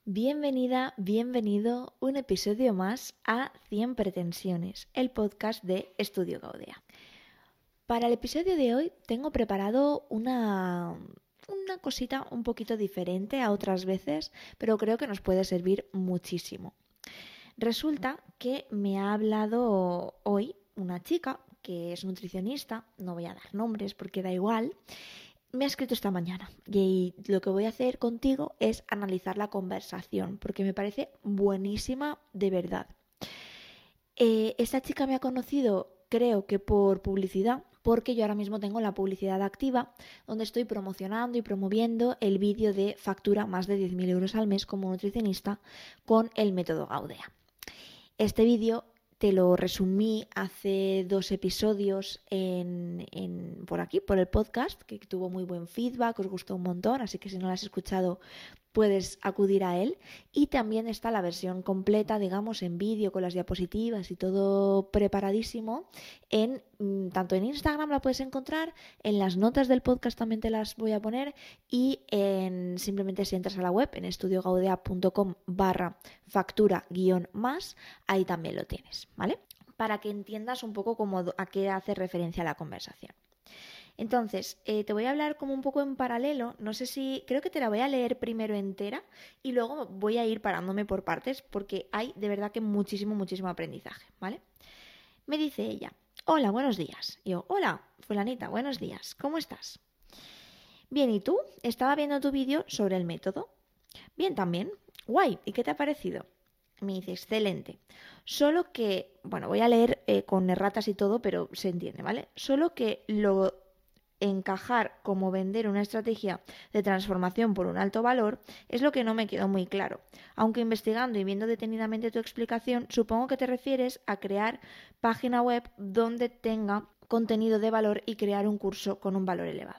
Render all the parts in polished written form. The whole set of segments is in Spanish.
Bienvenida, bienvenido un episodio más a 100 pretensiones, el podcast de Estudio Gaudea. Para el episodio de hoy tengo preparado una cosita un poquito diferente a otras veces, pero creo que nos puede servir muchísimo. Resulta que me ha hablado hoy una chica que es nutricionista, no voy a dar nombres porque da igual. Me ha escrito esta mañana y lo que voy a hacer contigo es analizar la conversación porque me parece buenísima de verdad. Esta chica me ha conocido, creo que por publicidad, porque yo ahora mismo tengo la publicidad activa donde estoy promocionando y promoviendo el vídeo de factura más de 10.000 euros al mes como nutricionista con el método Gaudea. Este vídeo te lo resumí hace 2 episodios por aquí, por el podcast, que tuvo muy buen feedback, os gustó un montón, así que si no lo has escuchado puedes acudir a él. Y también está la versión completa, digamos, en vídeo con las diapositivas y todo preparadísimo. Tanto en Instagram la puedes encontrar, en las notas del podcast también te las voy a poner y simplemente si entras a la web en estudiogaudea.com/factura-más, ahí también lo tienes, ¿vale? Para que entiendas un poco a qué hace referencia la conversación. Entonces, te voy a hablar como un poco en paralelo, creo que te la voy a leer primero entera y luego voy a ir parándome por partes porque hay de verdad que muchísimo aprendizaje, ¿vale? Me dice ella, hola, buenos días. Y yo, hola, fulanita, buenos días, ¿cómo estás? Bien, ¿y tú? Estaba viendo tu vídeo sobre el método. Bien, también. Guay, ¿y qué te ha parecido? Me dice, excelente. Solo que, bueno, voy a leer con erratas y todo, pero se entiende, ¿vale? Solo que lo encajar como vender una estrategia de transformación por un alto valor es lo que no me quedó muy claro. Aunque investigando y viendo detenidamente tu explicación, supongo que te refieres a crear página web donde tenga contenido de valor y crear un curso con un valor elevado.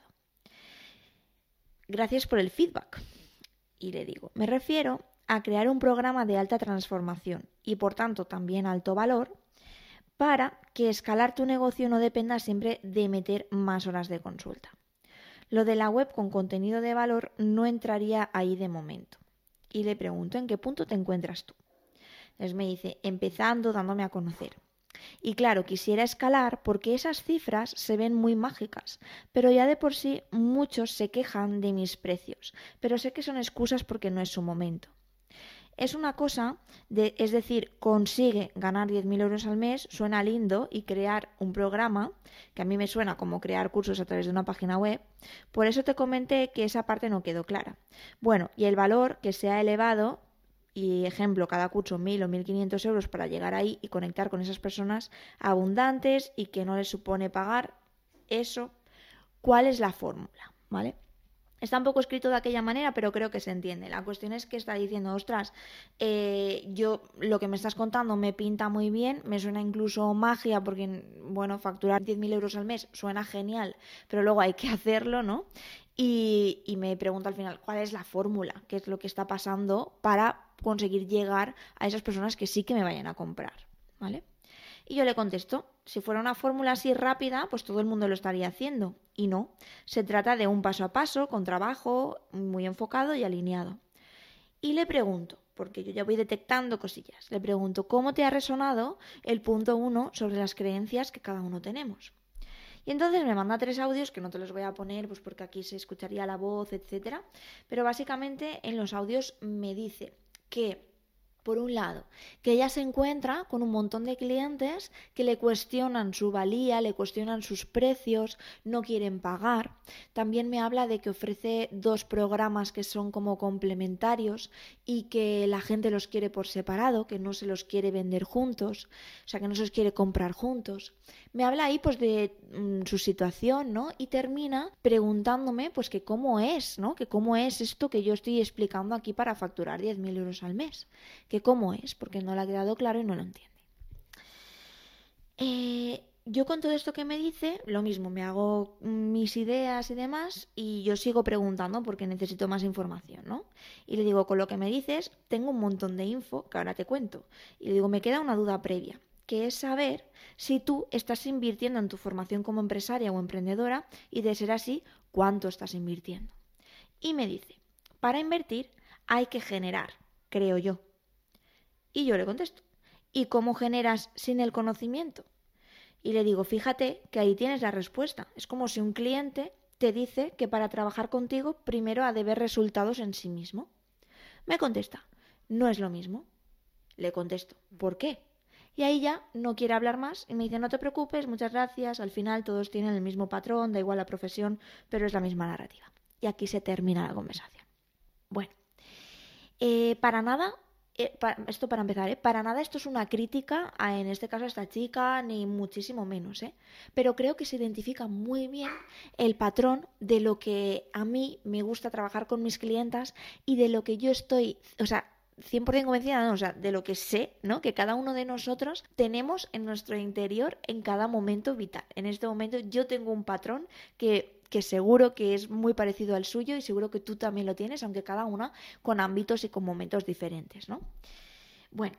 Gracias por el feedback. Y le digo, me refiero a crear un programa de alta transformación y por tanto también alto valor para que escalar tu negocio no dependa siempre de meter más horas de consulta. Lo de la web con contenido de valor no entraría ahí de momento. Y le pregunto, ¿en qué punto te encuentras tú? Entonces me dice, empezando, dándome a conocer. Y claro, quisiera escalar porque esas cifras se ven muy mágicas, pero ya de por sí muchos se quejan de mis precios, pero sé que son excusas porque no es su momento. Es una cosa, es decir, consigue ganar 10.000 euros al mes, suena lindo, y crear un programa, que a mí me suena como crear cursos a través de una página web. Por eso te comenté que esa parte no quedó clara. Bueno, y el valor que sea elevado, y ejemplo, cada curso 1.000 o 1.500 euros para llegar ahí y conectar con esas personas abundantes y que no les supone pagar eso, ¿cuál es la fórmula? ¿Vale? Está un poco escrito de aquella manera, pero creo que se entiende. La cuestión es que está diciendo, ostras, yo lo que me estás contando me pinta muy bien, me suena incluso magia, porque, bueno, facturar 10.000 euros al mes suena genial, pero luego hay que hacerlo, ¿no? Y me pregunto al final, ¿cuál es la fórmula? ¿Qué es lo que está pasando para conseguir llegar a esas personas que sí que me vayan a comprar? ¿Vale? Y yo le contesto, si fuera una fórmula así rápida, pues todo el mundo lo estaría haciendo. Y no, se trata de un paso a paso, con trabajo, muy enfocado y alineado. Y le pregunto, porque yo ya voy detectando cosillas, le pregunto, ¿cómo te ha resonado el punto 1 sobre las creencias que cada uno tenemos? Y entonces me manda 3 audios que no te los voy a poner pues porque aquí se escucharía la voz, etcétera. Pero básicamente en los audios me dice que, por un lado, que ella se encuentra con un montón de clientes que le cuestionan su valía, le cuestionan sus precios, no quieren pagar. También me habla de que ofrece 2 programas que son como complementarios y que la gente los quiere por separado, que no se los quiere vender juntos, o sea, que no se los quiere comprar juntos. Me habla ahí pues de su situación, ¿no? Y termina preguntándome pues que cómo es, ¿no? Que cómo es esto que yo estoy explicando aquí para facturar 10.000 euros al mes. Que cómo es, porque no le ha quedado claro y no lo entiende. Yo con todo esto que me dice, lo mismo, me hago mis ideas y demás y yo sigo preguntando porque necesito más información, ¿no? Y le digo, con lo que me dices, tengo un montón de info que ahora te cuento. Y le digo, me queda una duda previa, que es saber si tú estás invirtiendo en tu formación como empresaria o emprendedora y de ser así, ¿cuánto estás invirtiendo? Y me dice, para invertir hay que generar. creo yo. Y yo le contesto, ¿y cómo generas sin el conocimiento? Y le digo, fíjate que ahí tienes la respuesta. Es como si un cliente te dice que para trabajar contigo primero ha de ver resultados en sí mismo. Me contesta, no es lo mismo. Le contesto, ¿por qué? Y ahí ya no quiere hablar más y me dice, no te preocupes, muchas gracias, al final todos tienen el mismo patrón, da igual la profesión, pero es la misma narrativa. Y aquí se termina la conversación. Bueno, para nada, esto para empezar, para nada esto es una crítica en este caso a esta chica, ni muchísimo menos, pero creo que se identifica muy bien el patrón de lo que a mí me gusta trabajar con mis clientas y de lo que yo estoy, o sea, 100% convencida, no, o sea, de lo que sé, ¿no? Que cada uno de nosotros tenemos en nuestro interior en cada momento vital. En este momento yo tengo un patrón que seguro que es muy parecido al suyo y seguro que tú también lo tienes, aunque cada una con ámbitos y con momentos diferentes, ¿no? Bueno,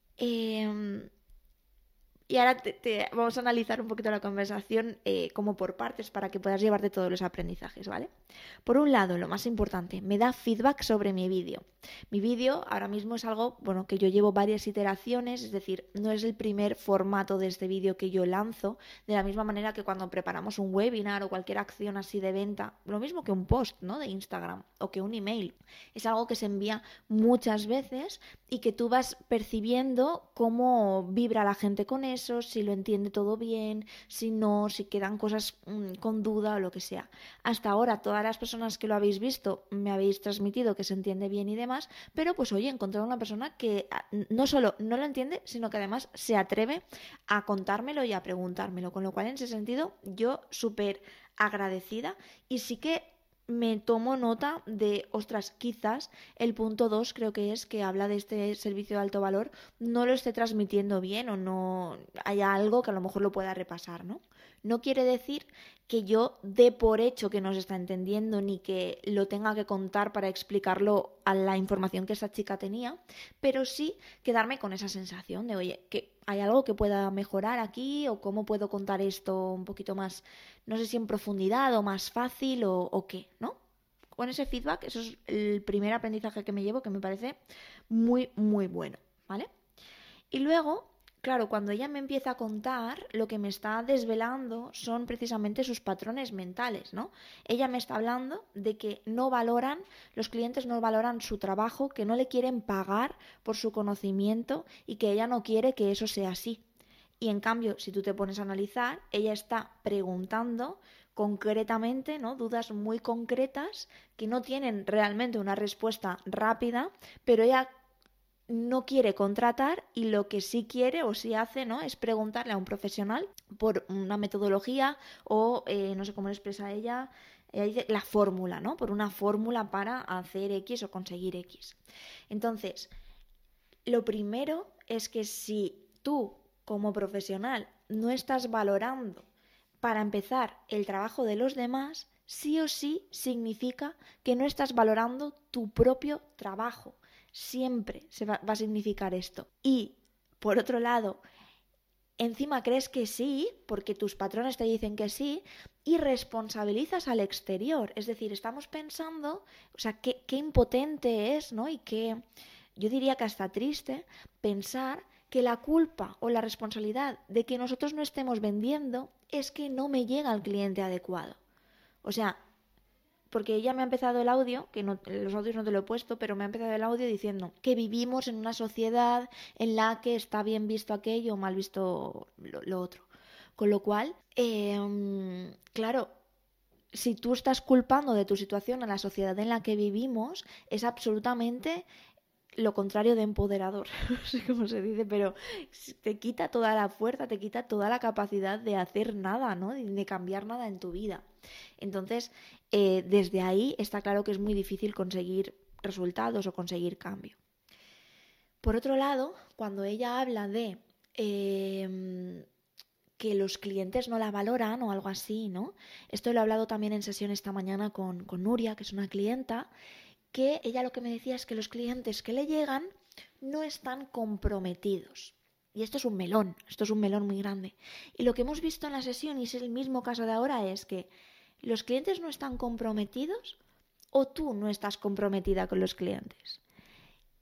y ahora vamos a analizar un poquito la conversación como por partes para que puedas llevarte todos los aprendizajes, ¿vale? Por un lado, lo más importante, me da feedback sobre mi vídeo. Mi vídeo ahora mismo es algo, bueno, que yo llevo varias iteraciones, es decir, no es el primer formato de este vídeo que yo lanzo, de la misma manera que cuando preparamos un webinar o cualquier acción así de venta, lo mismo que un post, ¿no? De Instagram o que un email. Es algo que se envía muchas veces y que tú vas percibiendo cómo vibra la gente con eso, si lo entiende todo bien, si no, si quedan cosas con duda o lo que sea. Hasta ahora todas las personas que lo habéis visto me habéis transmitido que se entiende bien y demás, pero pues oye, encontrar una persona que no solo no lo entiende, sino que además se atreve a contármelo y a preguntármelo, con lo cual en ese sentido yo súper agradecida y sí que me tomo nota de, ostras, quizás el punto 2 creo que es que habla de este servicio de alto valor, no lo esté transmitiendo bien o no haya algo que a lo mejor lo pueda repasar, ¿no? No quiere decir que yo dé por hecho que no se está entendiendo ni que lo tenga que contar para explicarlo a la información que esa chica tenía, pero sí quedarme con esa sensación de, oye, que hay algo que pueda mejorar aquí o cómo puedo contar esto un poquito más, no sé si en profundidad o más fácil o qué, ¿no? Con ese feedback, eso es el primer aprendizaje que me llevo que me parece muy, muy bueno, ¿vale? Y luego, claro, cuando ella me empieza a contar, lo que me está desvelando son precisamente sus patrones mentales, ¿no? Ella me está hablando de que no valoran, los clientes no valoran su trabajo, que no le quieren pagar por su conocimiento y que ella no quiere que eso sea así. Y en cambio, si tú te pones a analizar, ella está preguntando concretamente, ¿no? Dudas muy concretas que no tienen realmente una respuesta rápida, pero ella no quiere contratar y lo que sí quiere o sí hace, ¿no? Es preguntarle a un profesional por una metodología o no sé cómo lo expresa ella dice la fórmula, ¿no? Por una fórmula para hacer X o conseguir X. Entonces, lo primero es que si tú como profesional no estás valorando, para empezar, el trabajo de los demás, sí o sí significa que no estás valorando tu propio trabajo. Siempre va a significar esto. Y, por otro lado, encima crees que sí, porque tus patrones te dicen que sí, y responsabilizas al exterior. Es decir, estamos pensando, o sea, qué impotente es, ¿no? Y qué, yo diría que hasta triste, pensar que la culpa o la responsabilidad de que nosotros no estemos vendiendo es que no me llega al cliente adecuado. O sea, porque ella me ha empezado el audio, que no, los audios no te lo he puesto, pero me ha empezado el audio diciendo que vivimos en una sociedad en la que está bien visto aquello o mal visto lo otro. Con lo cual, claro, si tú estás culpando de tu situación a la sociedad en la que vivimos, es absolutamente lo contrario de empoderador, no sé cómo se dice, pero te quita toda la fuerza, te quita toda la capacidad de hacer nada, ¿no? De cambiar nada en tu vida. Entonces, desde ahí está claro que es muy difícil conseguir resultados o conseguir cambio. Por otro lado, cuando ella habla de que los clientes no la valoran o algo así, ¿no? Esto lo he hablado también en sesión esta mañana con Nuria, que es una clienta, que ella lo que me decía es que los clientes que le llegan no están comprometidos. Y esto es un melón muy grande. Y lo que hemos visto en la sesión, y es el mismo caso de ahora, es que los clientes no están comprometidos o tú no estás comprometida con los clientes.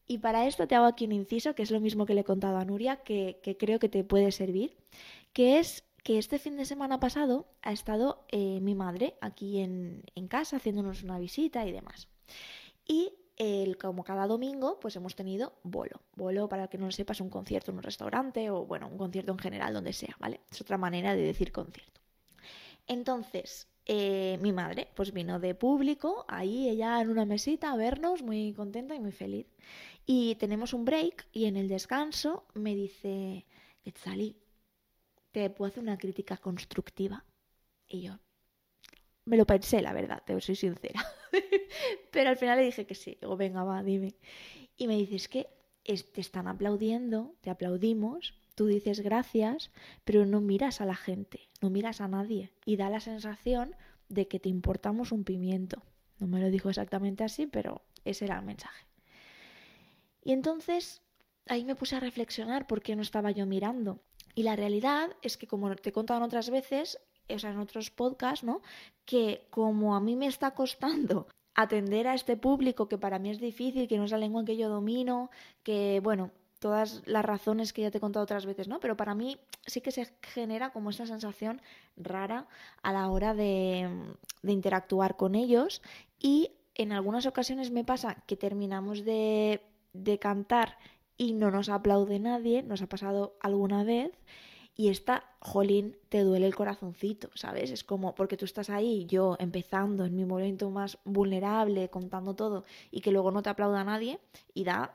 Y para esto te hago aquí un inciso, que es lo mismo que le he contado a Nuria, que creo que te puede servir, que es que este fin de semana pasado ha estado mi madre aquí en casa haciéndonos una visita y demás. Y como cada domingo, pues hemos tenido bolo. Bolo, para que no lo sepas, un concierto en un restaurante o, bueno, un concierto en general, donde sea, ¿vale? Es otra manera de decir concierto. Entonces, mi madre, pues vino de público, ahí ella en una mesita a vernos, muy contenta y muy feliz. Y tenemos un break y en el descanso me dice, Quetzalí, ¿te puedo hacer una crítica constructiva? Y yo, me lo pensé, la verdad, te soy sincera. Pero al final le dije que sí. Digo, venga, va, dime. Y me dices que te están aplaudiendo, te aplaudimos, tú dices gracias, pero no miras a la gente, no miras a nadie. Y da la sensación de que te importamos un pimiento. No me lo dijo exactamente así, pero ese era el mensaje. Y entonces ahí me puse a reflexionar por qué no estaba yo mirando. Y la realidad es que, como te he contado en otras veces, o sea, en otros podcasts, ¿no? Que como a mí me está costando atender a este público, que para mí es difícil, que no es la lengua que yo domino, que, bueno, todas las razones que ya te he contado otras veces, ¿no? Pero para mí sí que se genera como esa sensación rara a la hora de interactuar con ellos, y en algunas ocasiones me pasa que terminamos de cantar y no nos aplaude nadie, nos ha pasado alguna vez, y esta, jolín, te duele el corazoncito, ¿sabes? Es como, porque tú estás ahí, yo empezando en mi momento más vulnerable, contando todo, y que luego no te aplauda nadie, y da,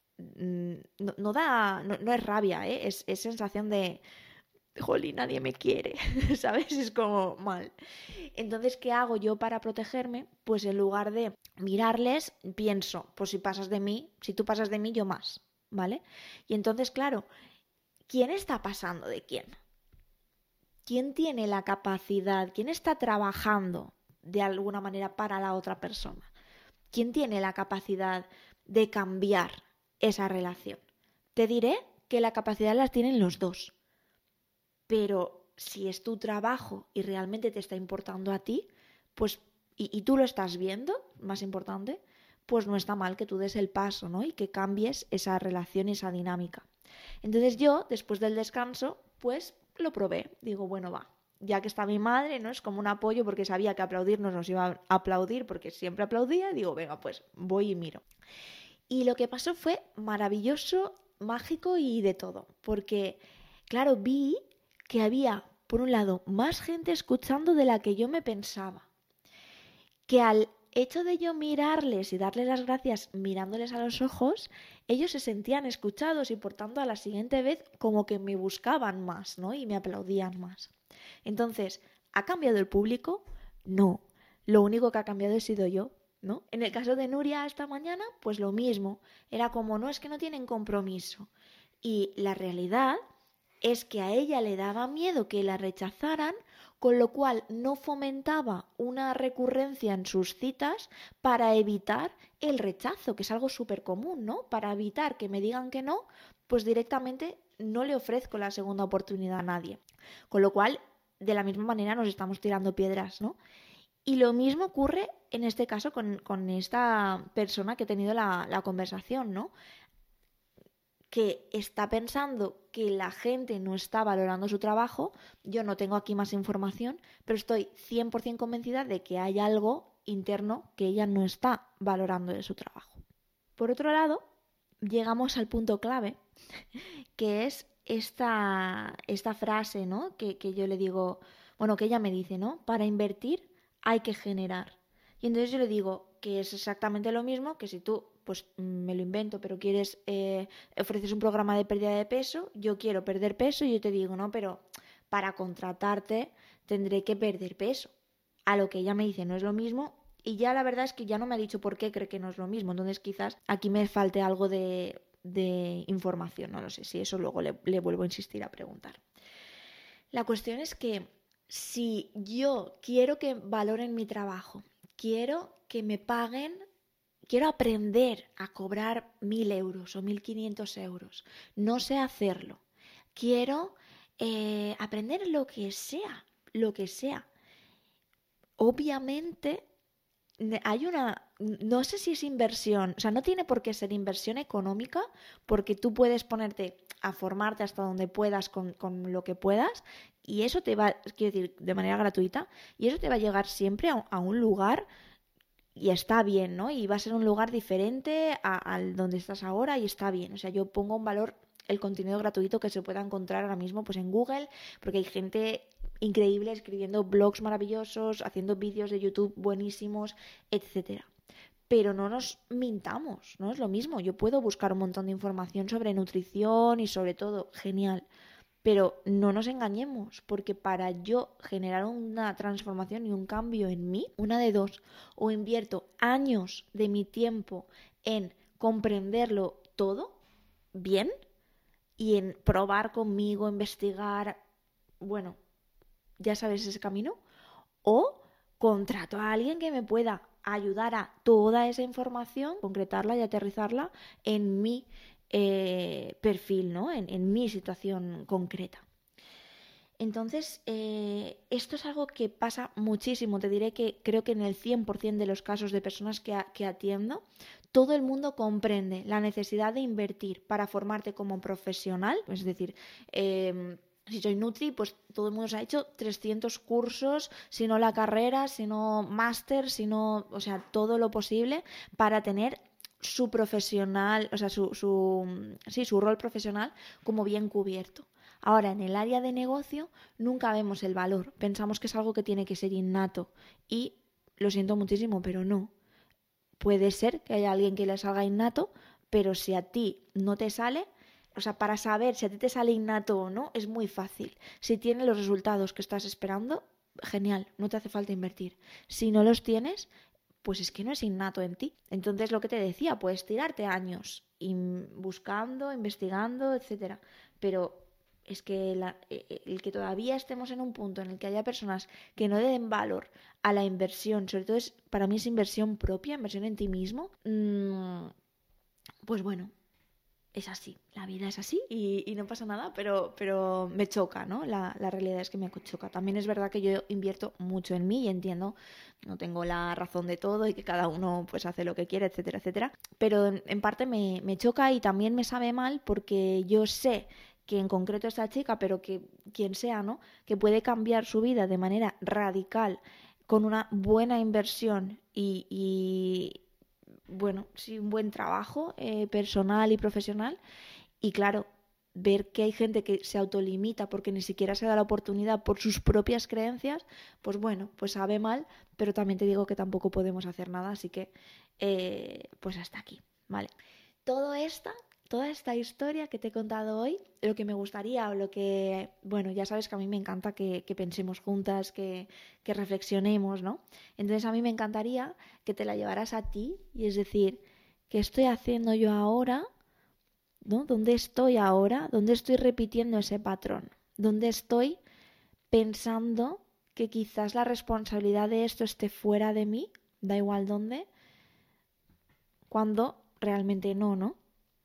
no es rabia, ¿eh? Es sensación de, jolín, nadie me quiere, ¿sabes? Es como mal. Entonces, ¿qué hago yo para protegerme? Pues en lugar de mirarles, pienso, pues si pasas de mí, si tú pasas de mí, yo más, ¿vale? Y entonces, claro, ¿quién está pasando de quién? ¿Quién tiene la capacidad? ¿Quién está trabajando de alguna manera para la otra persona? ¿Quién tiene la capacidad de cambiar esa relación? Te diré que la capacidad la tienen los dos. Pero si es tu trabajo y realmente te está importando a ti, pues, y tú lo estás viendo, más importante, pues no está mal que tú des el paso, ¿no? Y que cambies esa relación y esa dinámica. Entonces yo, después del descanso, pues lo probé. Digo, bueno, va, ya que está mi madre, ¿no? Es como un apoyo, porque sabía que aplaudirnos nos iba a aplaudir, porque siempre aplaudía. Digo, venga, pues voy y miro. Y lo que pasó fue maravilloso, mágico y de todo. Porque, claro, vi que había, por un lado, más gente escuchando de la que yo me pensaba. Que al hecho de yo mirarles y darles las gracias mirándoles a los ojos, ellos se sentían escuchados y por tanto a la siguiente vez como que me buscaban más, ¿no? Y me aplaudían más. Entonces, ¿ha cambiado el público? No. Lo único que ha cambiado he sido yo, ¿no? En el caso de Nuria esta mañana, pues lo mismo. Era como, no, es que no tienen compromiso. Y la realidad es que a ella le daba miedo que la rechazaran, con lo cual no fomentaba una recurrencia en sus citas para evitar el rechazo, que es algo súper común, ¿no? Para evitar que me digan que no, pues directamente no le ofrezco la segunda oportunidad a nadie. Con lo cual, de la misma manera nos estamos tirando piedras, ¿no? Y lo mismo ocurre en este caso con esta persona que he tenido la conversación, ¿no? Que está pensando que la gente no está valorando su trabajo. Yo no tengo aquí más información, pero estoy 100% convencida de que hay algo interno que ella no está valorando de su trabajo. Por otro lado, llegamos al punto clave, que es esta frase, ¿no? Que yo le digo, bueno, que ella me dice, ¿no? Para invertir hay que generar. Y entonces yo le digo que es exactamente lo mismo que si tú, pues me lo invento, pero quieres, ofreces un programa de pérdida de peso, yo quiero perder peso y yo te digo, no, pero para contratarte tendré que perder peso. A lo que ella me dice, no es lo mismo. Y ya la verdad es que ya no me ha dicho por qué cree que no es lo mismo. Entonces quizás aquí me falte algo de información. No lo sé, si eso luego le vuelvo a insistir a preguntar. La cuestión es que si yo quiero que valoren mi trabajo, quiero que me paguen, quiero aprender a cobrar 1.000 euros o 1.500 euros, no sé hacerlo, quiero aprender lo que sea. Obviamente hay una no sé si es inversión, o sea, no tiene por qué ser inversión económica, porque tú puedes ponerte a formarte hasta donde puedas con lo que puedas, y eso te va, quiero decir, de manera gratuita, y eso te va a llegar siempre a un lugar y está bien, ¿no? Y va a ser un lugar diferente al donde estás ahora y está bien. O sea, yo pongo en valor el contenido gratuito que se pueda encontrar ahora mismo pues en Google, porque hay gente increíble escribiendo blogs maravillosos, haciendo vídeos de YouTube buenísimos, etcétera. Pero no nos mintamos, ¿no? Es lo mismo. Yo puedo buscar un montón de información sobre nutrición y sobre todo, genial. Pero no nos engañemos, porque para yo generar una transformación y un cambio en mí, una de dos, o invierto años de mi tiempo en comprenderlo todo bien y en probar conmigo, investigar, bueno, ya sabes ese camino, o contrato a alguien que me pueda ayudar a toda esa información, concretarla y aterrizarla en mi perfil, ¿no? En mi situación concreta. Entonces, esto es algo que pasa muchísimo. Te diré que creo que en el 100% de los casos de personas que atiendo, todo el mundo comprende la necesidad de invertir para formarte como profesional. Es decir, si soy Nutri, pues todo el mundo se ha hecho 300 cursos, si no la carrera, si no máster, si no, o sea, todo lo posible para tener su profesional, o sea, su rol profesional como bien cubierto. Ahora, en el área de negocio nunca vemos el valor, pensamos que es algo que tiene que ser innato y lo siento muchísimo, pero no. Puede ser que haya alguien que le salga innato, pero si a ti no te sale, o sea, para saber si a ti te sale innato o no, es muy fácil. Si tienes los resultados que estás esperando, genial, no te hace falta invertir. Si no los tienes, pues es que no es innato en ti. Entonces, lo que te decía, puedes tirarte años buscando, investigando, etcétera. Pero es que el que todavía estemos en un punto en el que haya personas que no den valor a la inversión, sobre todo para mí es inversión propia, inversión en ti mismo, pues bueno, es así, la vida es así y no pasa nada, pero me choca, ¿no? La realidad es que me choca. También es verdad que yo invierto mucho en mí y entiendo, no tengo la razón de todo y que cada uno pues hace lo que quiere, etcétera, etcétera. Pero en parte me choca y también me sabe mal porque yo sé que en concreto esta chica, pero que quien sea, ¿no? Que puede cambiar su vida de manera radical con una buena inversión y bueno, sí, un buen trabajo personal y profesional. Y claro, ver que hay gente que se autolimita porque ni siquiera se da la oportunidad por sus propias creencias, pues bueno, pues sabe mal, pero también te digo que tampoco podemos hacer nada, así que pues hasta aquí, ¿vale? Toda esta historia que te he contado hoy, lo que me gustaría o lo que, bueno, ya sabes que a mí me encanta que pensemos juntas, que reflexionemos, ¿no? Entonces a mí me encantaría que te la llevaras a ti y es decir, ¿qué estoy haciendo yo ahora? ¿No? ¿Dónde estoy ahora? ¿Dónde estoy repitiendo ese patrón? ¿Dónde estoy pensando que quizás la responsabilidad de esto esté fuera de mí? Da igual dónde, cuando realmente no, ¿no?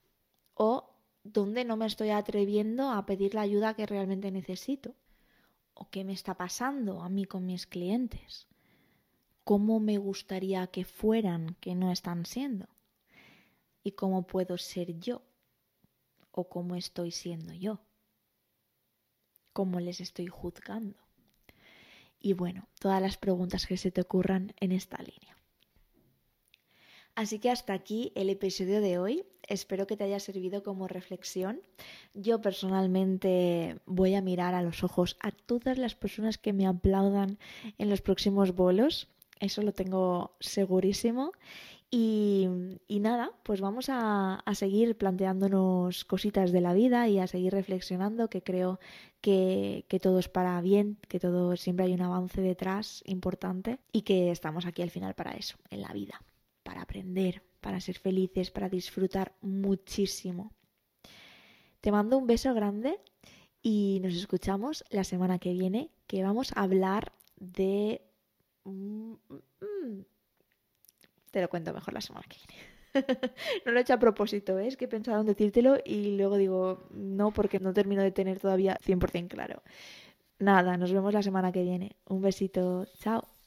O dónde no me estoy atreviendo a pedir la ayuda que realmente necesito. ¿O qué me está pasando a mí con mis clientes? ¿Cómo me gustaría que fueran que no están siendo? ¿Y cómo puedo ser yo? ¿O cómo estoy siendo yo? ¿Cómo les estoy juzgando? Y bueno, todas las preguntas que se te ocurran en esta línea. Así que hasta aquí el episodio de hoy. Espero que te haya servido como reflexión. Yo personalmente voy a mirar a los ojos a todas las personas que me aplaudan en los próximos bolos. Eso lo tengo segurísimo. Y nada, pues vamos a seguir planteándonos cositas de la vida y a seguir reflexionando, que creo que todo es para bien, que todo siempre hay un avance detrás importante y que estamos aquí al final para eso, en la vida, para aprender, para ser felices, para disfrutar muchísimo. Te mando un beso grande y nos escuchamos la semana que viene, que vamos a hablar de... Te lo cuento mejor la semana que viene. No lo he hecho a propósito, ¿eh? Es que he pensado en decírtelo y luego digo no porque no termino de tener todavía 100% claro. Nada, nos vemos la semana que viene. Un besito, chao.